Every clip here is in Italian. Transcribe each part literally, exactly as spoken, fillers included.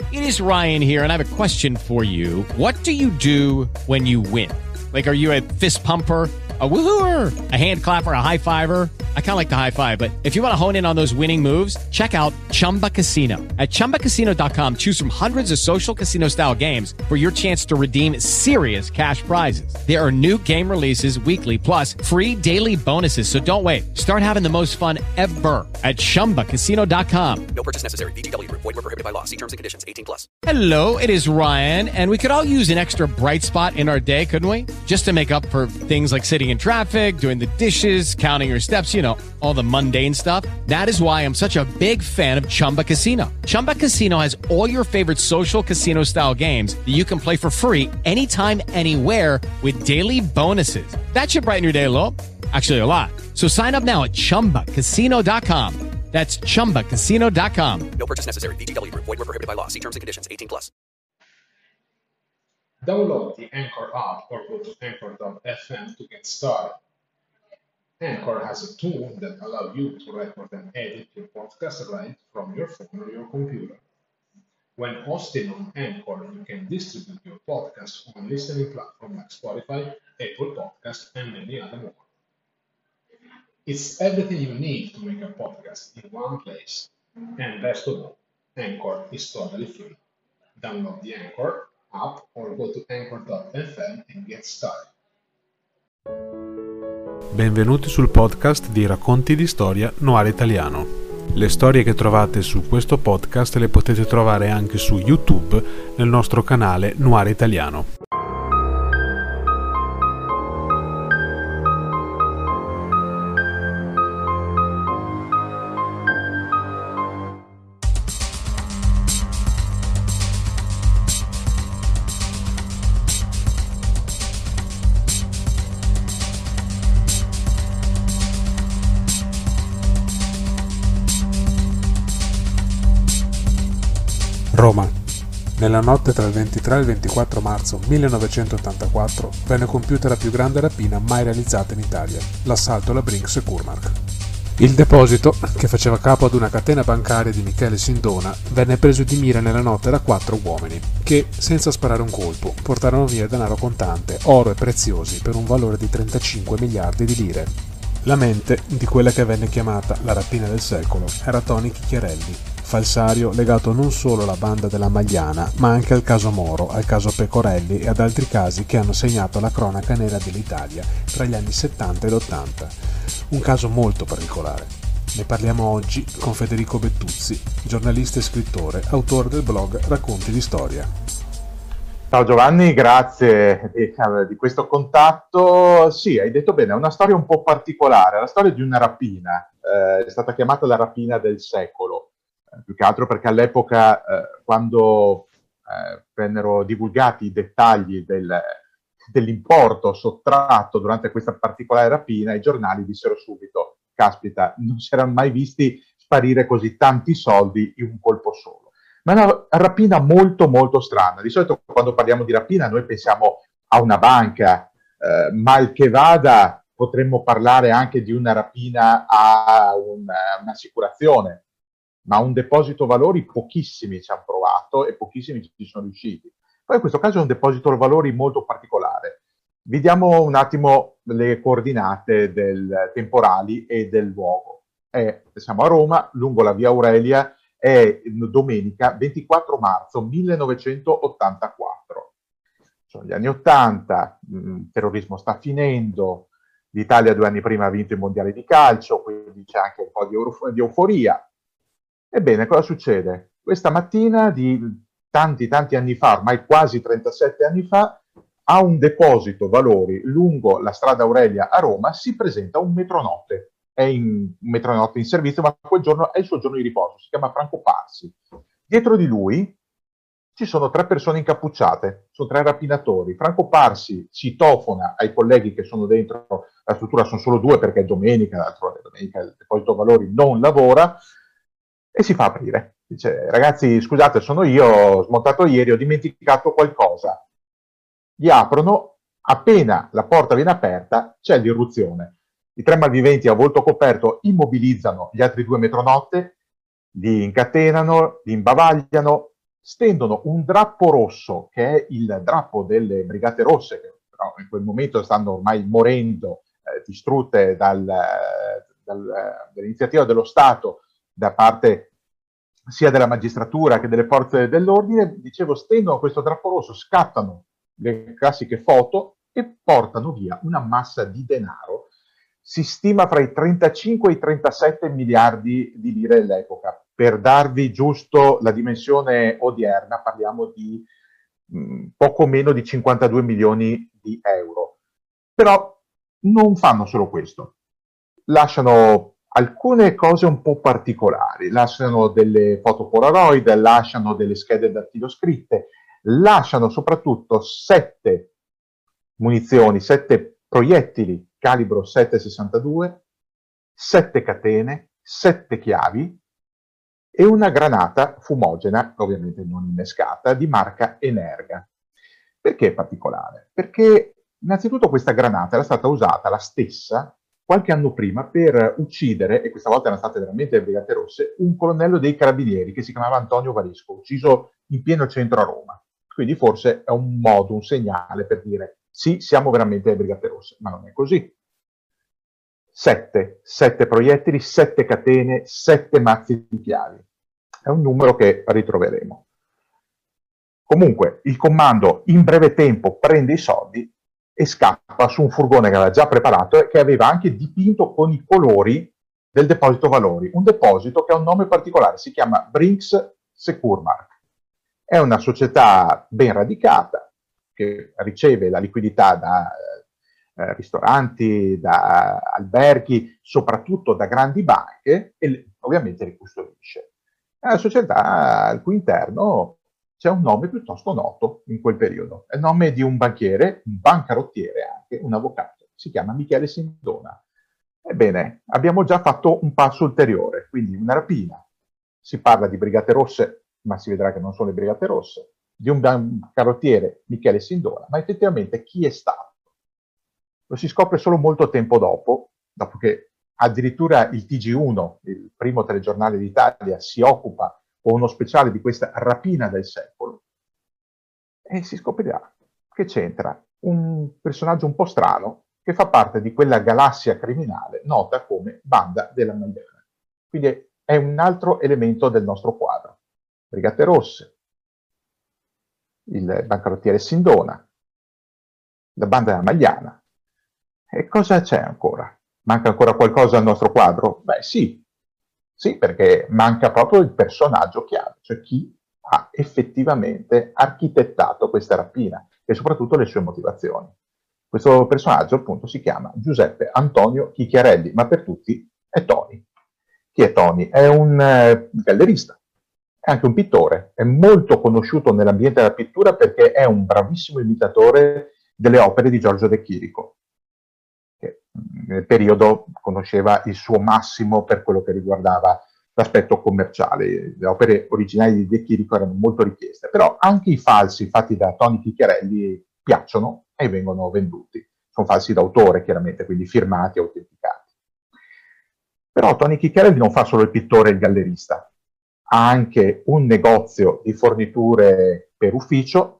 It is Ryan here, and I have a question for you. What do you do when you win? Like, are you a fist pumper, a woohooer, a hand clapper, a high fiver? I kind of like the high five, but if you want to hone in on those winning moves, check out Chumba Casino. At chumba casino dot com, choose from hundreds of social casino style games for your chance to redeem serious cash prizes. There are new game releases weekly, plus free daily bonuses. So don't wait. Start having the most fun ever at chumba casino dot com. No purchase necessary. V G W Group. Void where prohibited by law. See terms and conditions. eighteen plus. Hello, it is Ryan, and we could all use an extra bright spot in our day, couldn't we? Just to make up for things like sitting in traffic, doing the dishes, counting your steps, you know, all the mundane stuff. That is why I'm such a big fan of Chumba Casino. Chumba Casino has all your favorite social casino style games that you can play for free anytime, anywhere with daily bonuses. That should brighten your day a little. Actually, a lot. So sign up now at chumba casino dot com. That's chumba casino dot com. No purchase necessary. V G W Group. Void where prohibited by law. See terms and conditions. eighteen plus. Download the Anchor app or go to anchor dot f m to get started. Anchor has a tool that allows you to record and edit your podcast right from your phone or your computer. When hosting on Anchor, you can distribute your podcast on listening platforms like Spotify, Apple Podcasts, and many other more. It's everything you need to make a podcast in one place. And best of all, Anchor is totally free. Download the Anchor app or go to anchor dot f m and get started. Benvenuti sul podcast di Racconti di Storia Noir Italiano. Le storie che trovate su questo podcast le potete trovare anche su YouTube nel nostro canale Noir Italiano. Roma. Nella notte tra il ventitré e il ventiquattro marzo millenovecentottantaquattro venne compiuta la più grande rapina mai realizzata in Italia, l'assalto alla Brinks e Kurmark. Il deposito, che faceva capo ad una catena bancaria di Michele Sindona, venne preso di mira nella notte da quattro uomini, che, senza sparare un colpo, portarono via denaro contante, oro e preziosi per un valore di trentacinque miliardi di lire. La mente di quella che venne chiamata la rapina del secolo era Tony Chicchiarelli, falsario legato non solo alla banda della Magliana, ma anche al caso Moro, al caso Pecorelli e ad altri casi che hanno segnato la cronaca nera dell'Italia tra gli anni settanta ed ottanta. Un caso molto particolare. Ne parliamo oggi con Federico Bettuzzi, giornalista e scrittore, autore del blog Racconti di Storia. Ciao Giovanni, grazie di, di questo contatto. Sì, hai detto bene, è una storia un po' particolare, la storia di una rapina, eh, è stata chiamata la rapina del secolo. Più che altro perché all'epoca, eh, quando eh, vennero divulgati i dettagli del, dell'importo sottratto durante questa particolare rapina, i giornali dissero subito: caspita, non si erano mai visti sparire così tanti soldi in un colpo solo. Ma è una rapina molto molto strana. Di solito quando parliamo di rapina noi pensiamo a una banca, eh, mal che vada potremmo parlare anche di una rapina a un, un'assicurazione. Ma un deposito valori pochissimi ci hanno provato e pochissimi ci sono riusciti. Poi in questo caso è un deposito valori molto particolare. Vi diamo un attimo le coordinate del, temporali e del luogo. È, siamo a Roma, lungo la via Aurelia, è domenica ventiquattro marzo millenovecentottantaquattro. Sono gli anni ottanta, il terrorismo sta finendo, l'Italia due anni prima ha vinto i mondiali di calcio, quindi c'è anche un po' di, euf- di euforia. Ebbene, cosa succede? Questa mattina di tanti tanti anni fa, ormai quasi trentasette anni fa, a un deposito valori lungo la strada Aurelia a Roma si presenta un metronotte. È in, un metronotte in servizio, ma quel giorno è il suo giorno di riposo, si chiama Franco Parsi. Dietro di lui ci sono tre persone incappucciate, sono tre rapinatori. Franco Parsi citofona ai colleghi che sono dentro la struttura, sono solo due perché è domenica, l'altro domenica il deposito valori non lavora, e si fa aprire. Dice: ragazzi, scusate, sono io, ho smontato ieri, ho dimenticato qualcosa. Gli aprono, appena la porta viene aperta c'è l'irruzione. I tre malviventi a volto coperto immobilizzano gli altri due metronotte, li incatenano, li imbavagliano, stendono un drappo rosso, che è il drappo delle Brigate Rosse, che però in quel momento stanno ormai morendo, eh, distrutte dal, dal, dall'iniziativa dello Stato da parte sia della magistratura che delle forze dell'ordine. Dicevo, stendono questo drappo rosso, scattano le classiche foto e portano via una massa di denaro. Si stima fra i trentacinque e i trentasette miliardi di lire all'epoca. Per darvi giusto la dimensione odierna, parliamo di mh, poco meno di cinquantadue milioni di euro. Però non fanno solo questo. Lasciano alcune cose un po' particolari. Lasciano delle foto Polaroid, lasciano delle schede dattiloscritte, lasciano soprattutto sette munizioni, sette proiettili calibro sette sessantadue, sette catene, sette chiavi e una granata fumogena, ovviamente non innescata, di marca Energa. Perché è particolare? Perché innanzitutto questa granata era stata usata la stessa qualche anno prima per uccidere, e questa volta erano state veramente le Brigate Rosse, un colonnello dei Carabinieri che si chiamava Antonio Varesco, ucciso in pieno centro a Roma. Quindi forse è un modo, un segnale per dire sì, siamo veramente le Brigate Rosse, ma non è così. Sette, sette proiettili, sette catene, sette mazzi di chiavi. È un numero che ritroveremo. Comunque, il comando in breve tempo prende i soldi e scappa su un furgone che aveva già preparato e che aveva anche dipinto con i colori del deposito valori. Un deposito che ha un nome particolare, si chiama Brinks Securmark. È una società ben radicata, che riceve la liquidità da eh, ristoranti, da alberghi, soprattutto da grandi banche, e ovviamente li custodisce. È una società al cui interno c'è un nome piuttosto noto in quel periodo. È il nome di un banchiere, un bancarottiere anche, un avvocato. Si chiama Michele Sindona. Ebbene, abbiamo già fatto un passo ulteriore, quindi una rapina. Si parla di Brigate Rosse, ma si vedrà che non sono le Brigate Rosse, di un bancarottiere, Michele Sindona, ma effettivamente chi è stato? Lo si scopre solo molto tempo dopo, dopo che addirittura il T G uno, il primo telegiornale d'Italia, si occupa con uno speciale di questa rapina del secolo, e si scoprirà che c'entra un personaggio un po' strano che fa parte di quella galassia criminale nota come Banda della Magliana. Quindi è un altro elemento del nostro quadro. Brigate Rosse, il bancarottiere Sindona, la Banda della Magliana. E cosa c'è ancora? Manca ancora qualcosa al nostro quadro? Beh sì, sì, perché manca proprio il personaggio chiave, cioè chi ha effettivamente architettato questa rapina e soprattutto le sue motivazioni. Questo personaggio appunto si chiama Giuseppe Antonio Chicchiarelli, ma per tutti è Tony. Chi è Tony? È un eh, gallerista, è anche un pittore, è molto conosciuto nell'ambiente della pittura perché è un bravissimo imitatore delle opere di Giorgio De Chirico, che nel periodo conosceva il suo massimo per quello che riguardava l'aspetto commerciale. Le opere originali di De Chirico erano molto richieste, però anche i falsi fatti da Tony Chicchiarelli piacciono e vengono venduti. Sono falsi d'autore, chiaramente, quindi firmati e autenticati. Però Tony Chicchiarelli non fa solo il pittore e il gallerista, ha anche un negozio di forniture per ufficio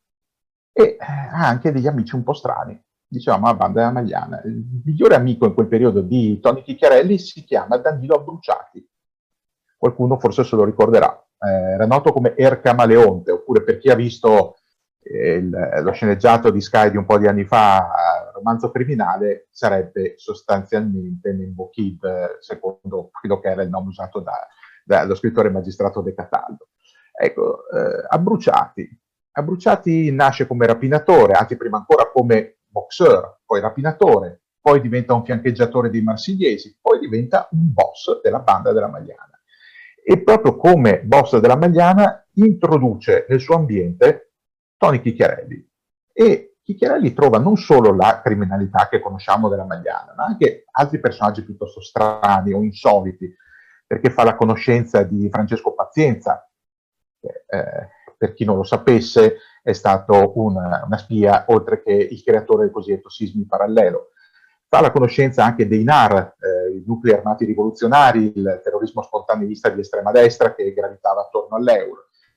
e ha anche degli amici un po' strani. Dicevamo la Banda della Magliana. Il migliore amico in quel periodo di Tony Chicchiarelli si chiama Danilo Abbruciati. Qualcuno forse se lo ricorderà. Eh, era noto come Ercamaleonte, oppure per chi ha visto eh, il, lo sceneggiato di Sky di un po' di anni fa, Romanzo Criminale, sarebbe sostanzialmente Nembo Kid, secondo quello che era il nome usato da, dallo scrittore magistrato De Cataldo. Ecco, eh, Abbruciati. Abbruciati nasce come rapinatore, anzi prima ancora come boxer, poi rapinatore, poi diventa un fiancheggiatore dei marsigliesi, poi diventa un boss della Banda della Magliana. E proprio come boss della Magliana introduce nel suo ambiente Tony Chicchiarelli. E Chicchiarelli trova non solo la criminalità che conosciamo della Magliana, ma anche altri personaggi piuttosto strani o insoliti, perché fa la conoscenza di Francesco Pazienza, che eh, per chi non lo sapesse è stato una, una spia, oltre che il creatore del cosiddetto Sismi Parallelo. Fa la conoscenza anche dei N A R, eh, i nuclei armati rivoluzionari, il terrorismo spontaneista di estrema destra che gravitava attorno all'euro.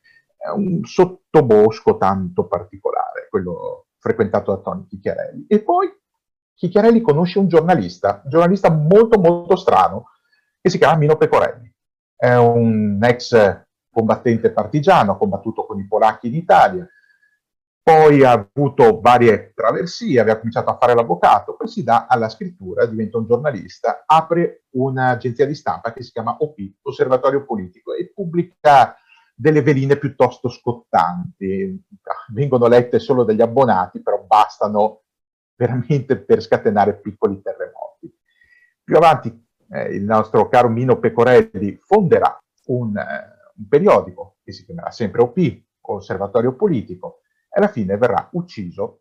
è un sottobosco tanto particolare, quello frequentato da Tony Chicchiarelli. E poi Chicchiarelli conosce un giornalista, un giornalista molto molto strano, che si chiama Mino Pecorelli. È un ex combattente partigiano, ha combattuto con i polacchi in Italia, poi ha avuto varie traversie, aveva cominciato a fare l'avvocato, poi si dà alla scrittura, diventa un giornalista, apre un'agenzia di stampa che si chiama O P, Osservatorio Politico, e pubblica delle veline piuttosto scottanti. Vengono lette solo dagli abbonati, però bastano veramente per scatenare piccoli terremoti. Più avanti eh, il nostro caro Mino Pecorelli fonderà un, eh, un periodico che si chiamerà sempre O P, Osservatorio Politico, e alla fine verrà ucciso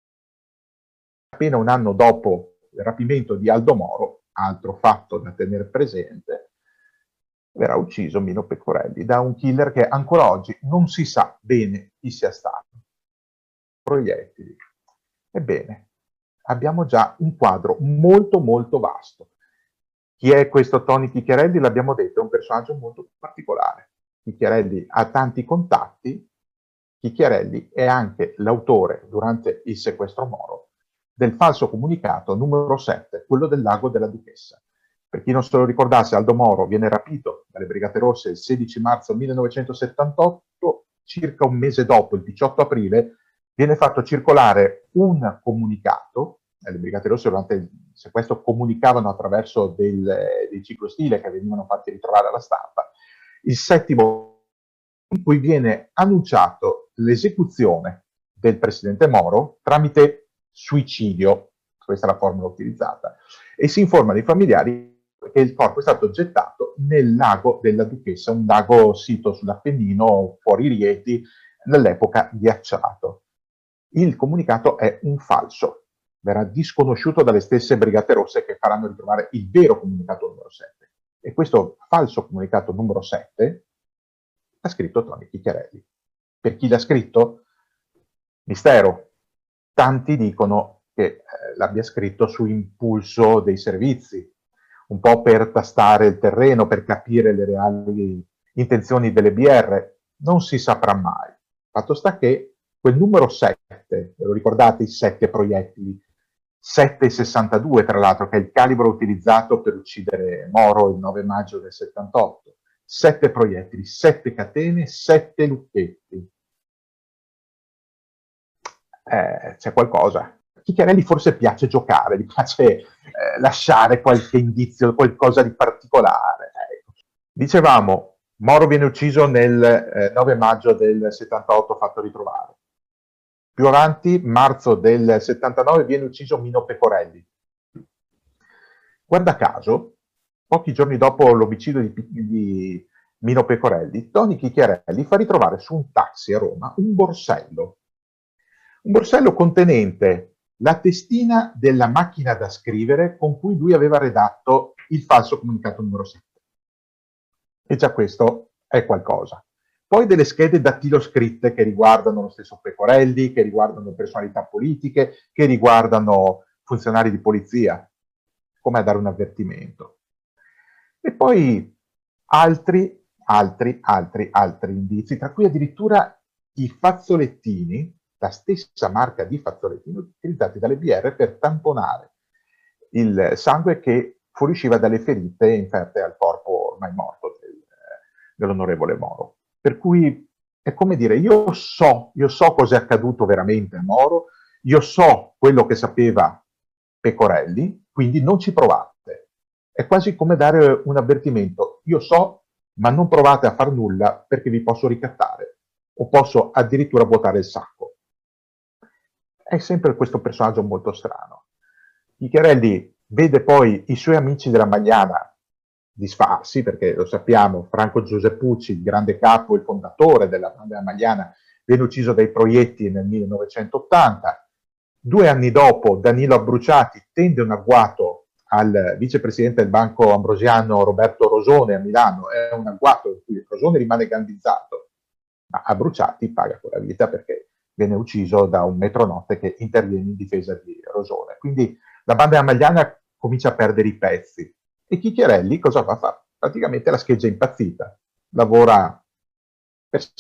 appena un anno dopo il rapimento di Aldo Moro, altro fatto da tenere presente. Verrà ucciso Mino Pecorelli da un killer che ancora oggi non si sa bene chi sia stato. Proiettili. Ebbene, abbiamo già un quadro molto molto vasto. Chi è questo Tony Chicchiarelli? L'abbiamo detto, è un personaggio molto particolare. Chicchiarelli ha tanti contatti. Chicchiarelli è anche l'autore, durante il sequestro Moro, del falso comunicato numero sette, quello del Lago della Duchessa. Per chi non se lo ricordasse, Aldo Moro viene rapito dalle Brigate Rosse il sedici marzo millenovecentosettantotto, circa un mese dopo, il diciotto aprile, viene fatto circolare un comunicato. Le Brigate Rosse durante il sequestro comunicavano attraverso del, dei ciclostile che venivano fatti ritrovare alla stampa. Il settimo, in cui viene annunciato l'esecuzione del presidente Moro tramite suicidio, questa è la formula utilizzata, e si informano i familiari che il corpo è stato gettato nel lago della Duchessa, un lago sito sull'Appennino, fuori Rieti, nell'epoca ghiacciato. Il comunicato è un falso, verrà disconosciuto dalle stesse Brigate Rosse che faranno ritrovare il vero comunicato numero sette. E questo falso comunicato numero sette l'ha scritto Tony Chicchiarelli. Per chi l'ha scritto? Mistero. Tanti dicono che eh, l'abbia scritto su impulso dei servizi, un po' per tastare il terreno, per capire le reali intenzioni delle B R. Non si saprà mai. Fatto sta che quel numero sette, ve lo ricordate, i sette proiettili, sette virgola sessantadue tra l'altro, che è il calibro utilizzato per uccidere Moro il nove maggio del settantotto, sette proiettili, sette catene, sette lucchetti. Eh, c'è qualcosa. Chicchiarelli forse piace giocare, gli piace eh, lasciare qualche indizio, qualcosa di particolare. Ecco. Dicevamo, Moro viene ucciso nel eh, nove maggio del settantotto, fatto ritrovare. Più avanti, marzo del settantanove, viene ucciso Mino Pecorelli. Guarda caso, pochi giorni dopo l'omicidio di, di Mino Pecorelli, Tony Chicchiarelli fa ritrovare su un taxi a Roma un borsello. Un borsello contenente la testina della macchina da scrivere con cui lui aveva redatto il falso comunicato numero sette. E già questo è qualcosa. Poi delle schede dattiloscritte che riguardano lo stesso Pecorelli, che riguardano personalità politiche, che riguardano funzionari di polizia, come a dare un avvertimento. E poi altri, altri, altri, altri indizi, tra cui addirittura i fazzolettini, la stessa marca di fazzolettini utilizzati dalle B R per tamponare il sangue che fuoriusciva dalle ferite inferte al corpo ormai morto del, dell'onorevole Moro. Per cui è come dire, io so, io so cosa è accaduto veramente a Moro, io so quello che sapeva Pecorelli, quindi non ci provate. È quasi come dare un avvertimento, io so, ma non provate a far nulla perché vi posso ricattare, o posso addirittura vuotare il sacco. È sempre questo personaggio molto strano. Chicchiarelli vede poi i suoi amici della Magliana disfarsi, perché lo sappiamo, Franco Giuseppucci, il grande capo, il fondatore della banda Magliana, viene ucciso dai proiettili nel millenovecentottanta. Due anni dopo Danilo Abbruciati tende un agguato al vicepresidente del Banco Ambrosiano Roberto Rosone a Milano, è un agguato in cui Rosone rimane gandizzato, ma Abbruciati paga con la vita perché viene ucciso da un metronotte che interviene in difesa di Rosone. Quindi la banda Magliana comincia a perdere i pezzi. E Chicchiarelli cosa fa? Fa praticamente la scheggia impazzita, lavora per sé,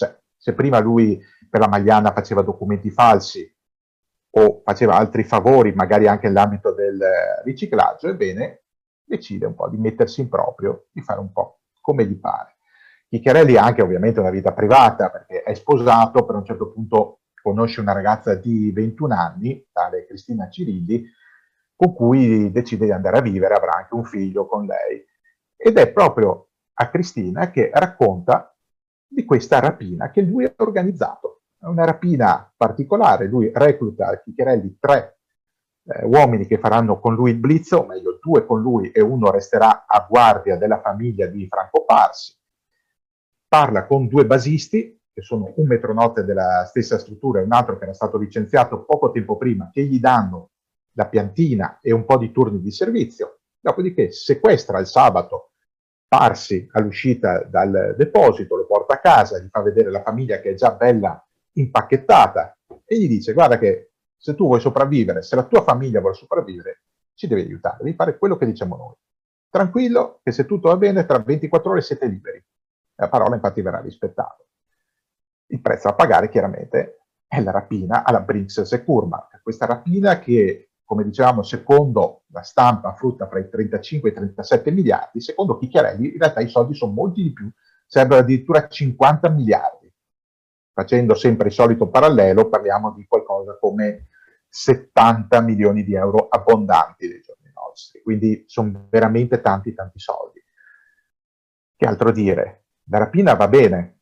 Se prima lui per la Magliana faceva documenti falsi o faceva altri favori, magari anche nell'ambito del riciclaggio, ebbene decide un po' di mettersi in proprio, di fare un po' come gli pare. Chicchiarelli ha anche ovviamente una vita privata, perché è sposato, per un certo punto conosce una ragazza di ventuno anni, tale Cristina Cirilli, con cui decide di andare a vivere, avrà anche un figlio con lei. Ed è proprio a Cristina che racconta di questa rapina che lui ha organizzato. È una rapina particolare, lui recluta a Chicchiarelli tre eh, uomini che faranno con lui il blitz, o meglio due con lui e uno resterà a guardia della famiglia di Franco Parsi. Parla con due basisti, che sono un metronote della stessa struttura e un altro che era stato licenziato poco tempo prima, che gli danno la piantina e un po' di turni di servizio. Dopodiché sequestra il sabato Parsi all'uscita dal deposito, lo porta a casa, gli fa vedere la famiglia che è già bella impacchettata e gli dice: guarda che se tu vuoi sopravvivere, se la tua famiglia vuole sopravvivere, ci devi aiutare, devi fare quello che diciamo noi. Tranquillo, che se tutto va bene, tra ventiquattro ore siete liberi. La parola infatti verrà rispettata. Il prezzo da pagare chiaramente è la rapina alla Brinks Securmark. Questa rapina che, come dicevamo, secondo la stampa frutta fra i trentacinque e i trentasette miliardi, secondo Chicchiarelli in realtà i soldi sono molti di più, sarebbero addirittura cinquanta miliardi. Facendo sempre il solito parallelo, parliamo di qualcosa come settanta milioni di euro abbondanti dei giorni nostri, quindi sono veramente tanti tanti soldi. Che altro dire? La rapina va bene,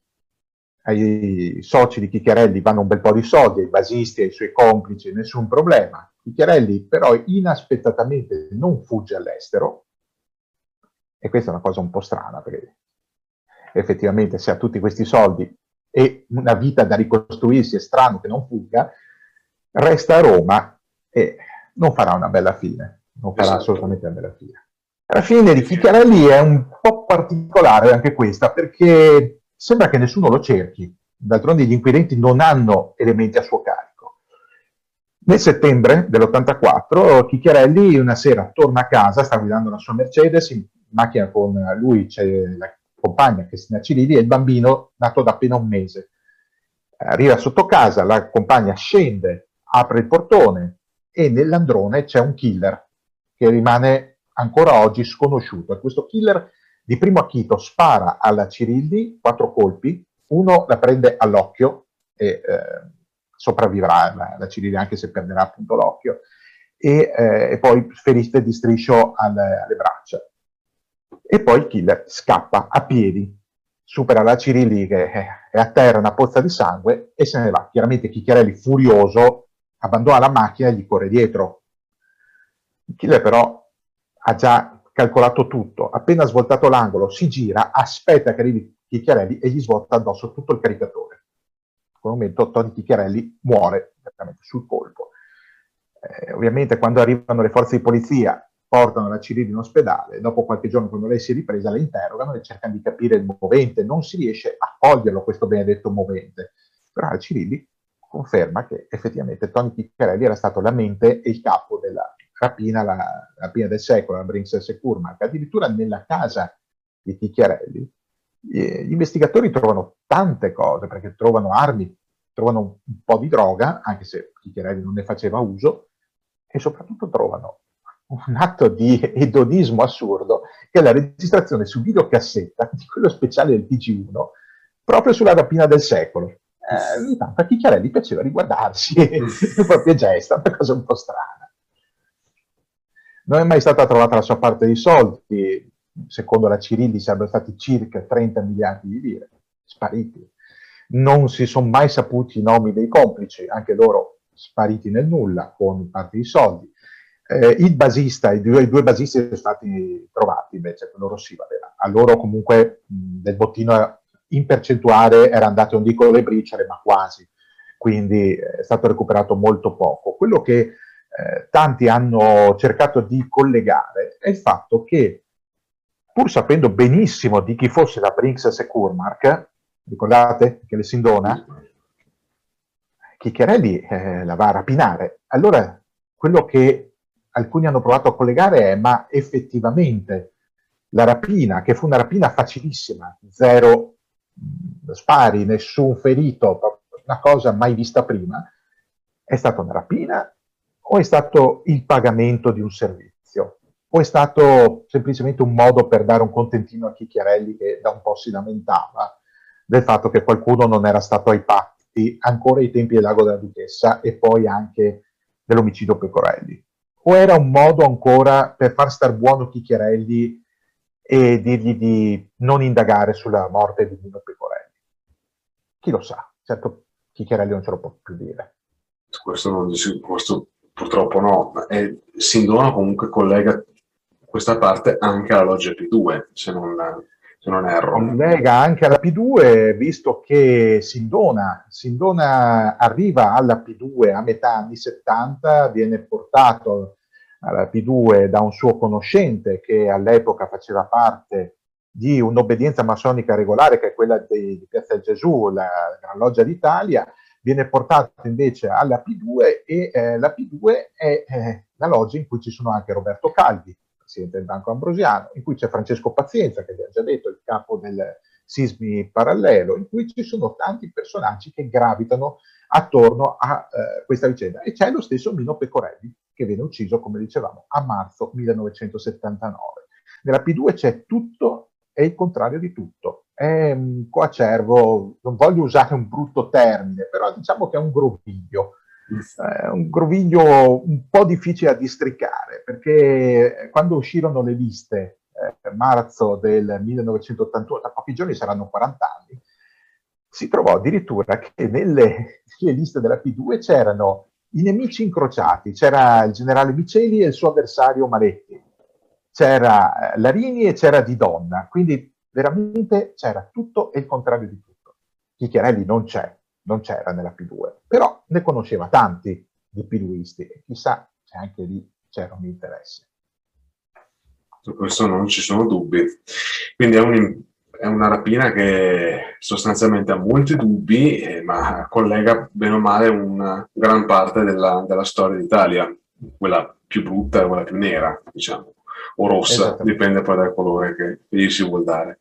ai soci di Chicchiarelli vanno un bel po' di soldi, ai basisti, ai suoi complici, nessun problema. Chicchiarelli però inaspettatamente non fugge all'estero, e questa è una cosa un po' strana, perché effettivamente se ha tutti questi soldi e una vita da ricostruirsi, è strano che non fugga, resta a Roma e non farà una bella fine, non farà esatto. assolutamente una bella fine. La fine di Chicchiarelli è un po' particolare anche questa, perché sembra che nessuno lo cerchi. D'altronde gli inquirenti non hanno elementi a suo carico. Nel settembre dell'ottantaquattro Chicchiarelli una sera torna a casa, sta guidando la sua Mercedes, in macchina con lui c'è la compagna Cristina Cirilli e il bambino nato da appena un mese. Arriva sotto casa, la compagna scende, apre il portone e nell'androne c'è un killer che rimane ancora oggi sconosciuto. E questo killer di primo acchito spara alla Cirilli quattro colpi, uno la prende all'occhio e eh, sopravvivrà la, la Cirilli anche se perderà appunto l'occhio, e, eh, e poi ferite di striscio alle, alle braccia. E poi il killer scappa a piedi, supera la Cirilli che è a terra, una pozza di sangue, e se ne va. Chiaramente Chicchiarelli, furioso, abbandona la macchina e gli corre dietro. Il killer però ha già calcolato tutto, appena svoltato l'angolo si gira, aspetta che arrivi Chicchiarelli e gli svolta addosso tutto il caricatore. In quel momento Tony Chicchiarelli muore direttamente sul colpo. Eh, ovviamente quando arrivano le forze di polizia portano la Cirilli in ospedale, dopo qualche giorno quando lei si è ripresa la interrogano e cercano di capire il movente, non si riesce a coglierlo questo benedetto movente, però la Cirilli conferma che effettivamente Tony Chicchiarelli era stato la mente e il capo della rapina, la, la rapina del secolo, la Brinks Securmark. Addirittura nella casa di Chicchiarelli eh, gli investigatori trovano tante cose, perché trovano armi, trovano un, un po' di droga, anche se Chicchiarelli non ne faceva uso, e soprattutto trovano un atto di edonismo assurdo, che è la registrazione su videocassetta di quello speciale del T G uno, proprio sulla rapina del secolo. Eh, ogni tanto a Chicchiarelli piaceva riguardarsi le proprie gesta, una cosa un po' strana. Non è mai stata trovata la sua parte dei soldi, secondo la Cirilli sarebbero stati circa trenta miliardi di lire, spariti. Non si sono mai saputi i nomi dei complici, anche loro spariti nel nulla, con parte dei soldi. Eh, il basista, i due, i due basisti sono stati trovati, invece, loro sì, va bene. A loro comunque mh, del bottino in percentuale era andato, non dico le briciole, ma quasi, quindi è stato recuperato molto poco. Quello che Eh, tanti hanno cercato di collegare è il fatto che, pur sapendo benissimo di chi fosse la Brinks Securmark, ricordate che le Sindona, Chicchiarelli eh, la va a rapinare. Allora quello che alcuni hanno provato a collegare è: ma effettivamente la rapina, che fu una rapina facilissima, zero spari, nessun ferito, una cosa mai vista prima. È stata una rapina o è stato il pagamento di un servizio? O è stato semplicemente un modo per dare un contentino a Chicchiarelli, che da un po' si lamentava del fatto che qualcuno non era stato ai patti ancora ai tempi del Lago della Duchessa e poi anche dell'omicidio Pecorelli? O era un modo ancora per far star buono Chicchiarelli e dirgli di non indagare sulla morte di Nino Pecorelli? Chi lo sa? Certo, Chicchiarelli non ce lo può più dire. Questo, non, questo purtroppo no. E Sindona comunque collega questa parte anche alla loggia P due, se non, se non erro. Collega anche alla P due, visto che Sindona, Sindona arriva alla P due a metà anni settanta, viene portato alla P due da un suo conoscente che all'epoca faceva parte di un'obbedienza massonica regolare, che è quella di, di Piazza del Gesù, la Gran Loggia d'Italia. Viene portato invece alla P due e eh, la P due è eh, la loggia in cui ci sono anche Roberto Calvi, presidente del Banco Ambrosiano, in cui c'è Francesco Pazienza, che vi ha già detto, il capo del Sismi Parallelo, in cui ci sono tanti personaggi che gravitano attorno a eh, questa vicenda. E c'è lo stesso Nino Pecorelli, che viene ucciso, come dicevamo, a marzo millenovecentosettantanove. Nella P due c'è tutto e il contrario di tutto. È un coacervo, non voglio usare un brutto termine, però diciamo che è un groviglio. È un groviglio un po' difficile da districare, perché quando uscirono le liste, eh, marzo del millenovecentottantuno, tra pochi giorni saranno quaranta anni, si trovò addirittura che nelle, nelle liste della P due c'erano i nemici incrociati, c'era il generale Miceli e il suo avversario Maletti, c'era Larini e c'era Di Donna, quindi veramente c'era tutto e il contrario di tutto. Chicchiarelli non c'è, non c'era nella P due, però ne conosceva tanti di piduisti e chissà se anche lì c'era un interesse. Su questo non ci sono dubbi. Quindi è, un, è una rapina che sostanzialmente ha molti dubbi, eh, ma collega bene o male una gran parte della, della storia d'Italia, quella più brutta e quella più nera, diciamo, o rossa, dipende poi dal colore che gli si vuol dare.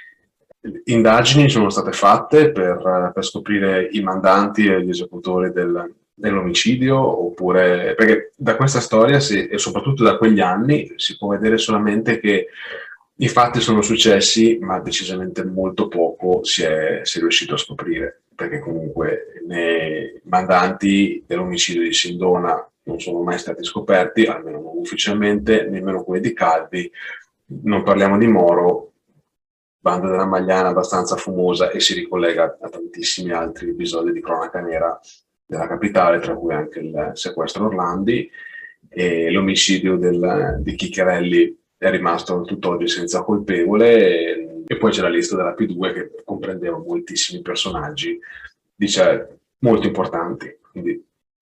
Indagini sono state fatte per, per scoprire i mandanti e gli esecutori del, dell'omicidio, oppure perché da questa storia si, e soprattutto da quegli anni si può vedere solamente che i fatti sono successi, ma decisamente molto poco si è, si è riuscito a scoprire, perché comunque nei mandanti dell'omicidio di Sindona non sono mai stati scoperti, almeno non ufficialmente, nemmeno quelli di Calvi. Non parliamo di Moro, banda della Magliana abbastanza fumosa e si ricollega a tantissimi altri episodi di cronaca nera della capitale, tra cui anche il sequestro Orlandi e l'omicidio del, di Chicchiarelli è rimasto tutt'oggi senza colpevole, e, e poi c'è la lista della P due che comprendeva moltissimi personaggi, dice, molto importanti, quindi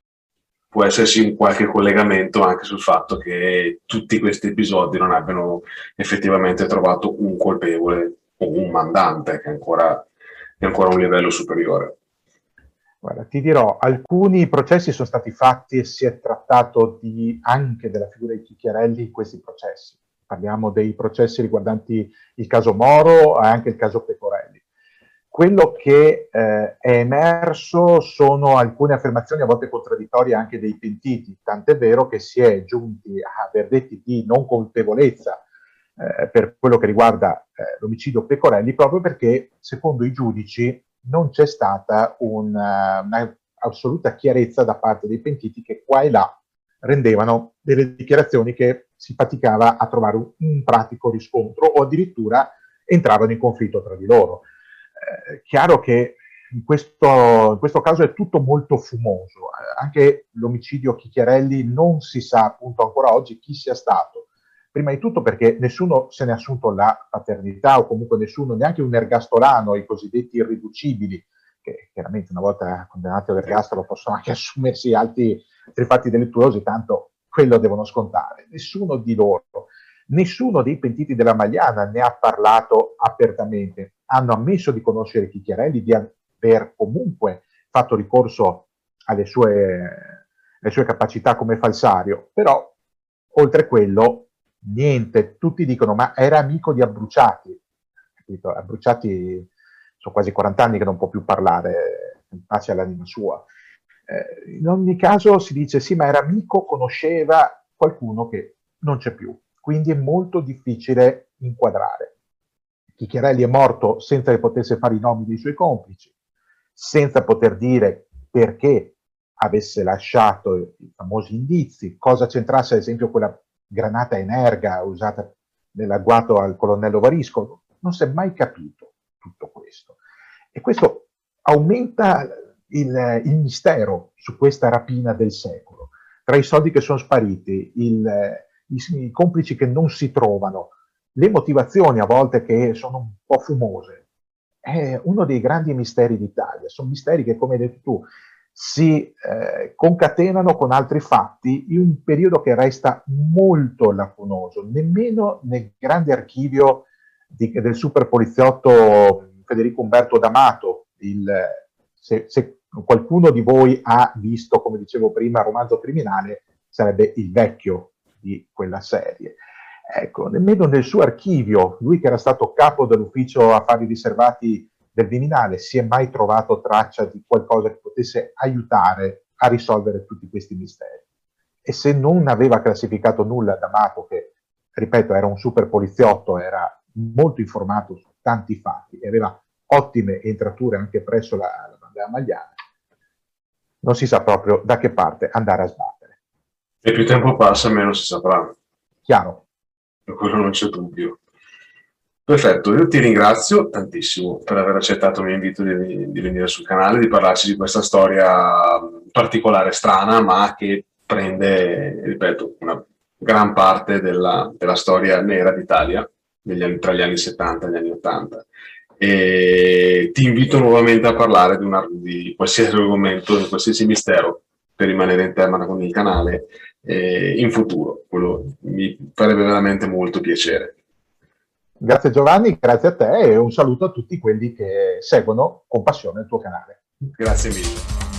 può esserci un qualche collegamento anche sul fatto che tutti questi episodi non abbiano effettivamente trovato un colpevole o un mandante, che è ancora, è ancora un livello superiore. Guarda, ti dirò, alcuni processi sono stati fatti e si è trattato di, anche della figura di Chicchiarelli in questi processi. Parliamo dei processi riguardanti il caso Moro e anche il caso Pecorelli. Quello che eh, è emerso sono alcune affermazioni a volte contraddittorie anche dei pentiti, tant'è vero che si è giunti a verdetti di non colpevolezza eh, per quello che riguarda eh, l'omicidio Pecorelli, proprio perché, secondo i giudici, non c'è stata una, una assoluta chiarezza da parte dei pentiti, che qua e là rendevano delle dichiarazioni che si faticava a trovare un, un pratico riscontro, o addirittura entravano in conflitto tra di loro. Eh, chiaro che in questo, in questo caso è tutto molto fumoso, eh, anche l'omicidio Chicchiarelli non si sa appunto ancora oggi chi sia stato, prima di tutto perché nessuno se ne è assunto la paternità, o comunque nessuno, neanche un ergastolano, i cosiddetti irriducibili, che chiaramente una volta condannati all'ergastolo possono anche assumersi altri, altri fatti delittuosi, tanto quello devono scontare. Nessuno di loro, nessuno dei pentiti della Magliana ne ha parlato apertamente. Hanno ammesso di conoscere Chicchiarelli, di aver comunque fatto ricorso alle sue, alle sue capacità come falsario, però oltre quello niente. Tutti dicono ma era amico di Abbruciati, capito? Abbruciati sono quasi quaranta anni che non può più parlare, in pace all'anima sua. Eh, in ogni caso si dice sì, ma era amico, conosceva qualcuno che non c'è più, quindi è molto difficile inquadrare. Chicchiarelli è morto senza che potesse fare i nomi dei suoi complici, senza poter dire perché avesse lasciato i famosi indizi, cosa c'entrasse ad esempio quella granata Energa usata nell'agguato al colonnello Varisco. Non si è mai capito tutto questo. E questo aumenta il, il mistero su questa rapina del secolo. Tra i soldi che sono spariti, il, i, i complici che non si trovano, le motivazioni a volte che sono un po' fumose, è uno dei grandi misteri d'Italia. Sono misteri che, come hai detto tu, si eh, concatenano con altri fatti in un periodo che resta molto lacunoso. Nemmeno nel grande archivio di, del super poliziotto Federico Umberto D'Amato, il, se, se qualcuno di voi ha visto, come dicevo prima, Romanzo Criminale, sarebbe il vecchio di quella serie. Ecco, nemmeno nel suo archivio, lui che era stato capo dell'ufficio affari riservati del Viminale, si è mai trovato traccia di qualcosa che potesse aiutare a risolvere tutti questi misteri. E se non aveva classificato nulla D'Amato, che, ripeto, era un super poliziotto, era molto informato su tanti fatti e aveva ottime entrature anche presso la, la Bandera Magliana, non si sa proprio da che parte andare a sbattere. E più tempo passa, meno si saprà. Chiaro. Per quello non c'è dubbio. Perfetto, io ti ringrazio tantissimo per aver accettato il mio invito di, di venire sul canale, di parlarci di questa storia particolare, strana, ma che prende, ripeto, una gran parte della, della storia nera d'Italia negli anni, tra gli anni settanta e gli anni ottanta. E ti invito nuovamente a parlare di, una, di qualsiasi argomento, di qualsiasi mistero, per rimanere in tema con il canale eh, in futuro. Quello mi farebbe veramente molto piacere. Grazie Giovanni, grazie a te e un saluto a tutti quelli che seguono con passione il tuo canale. Grazie mille.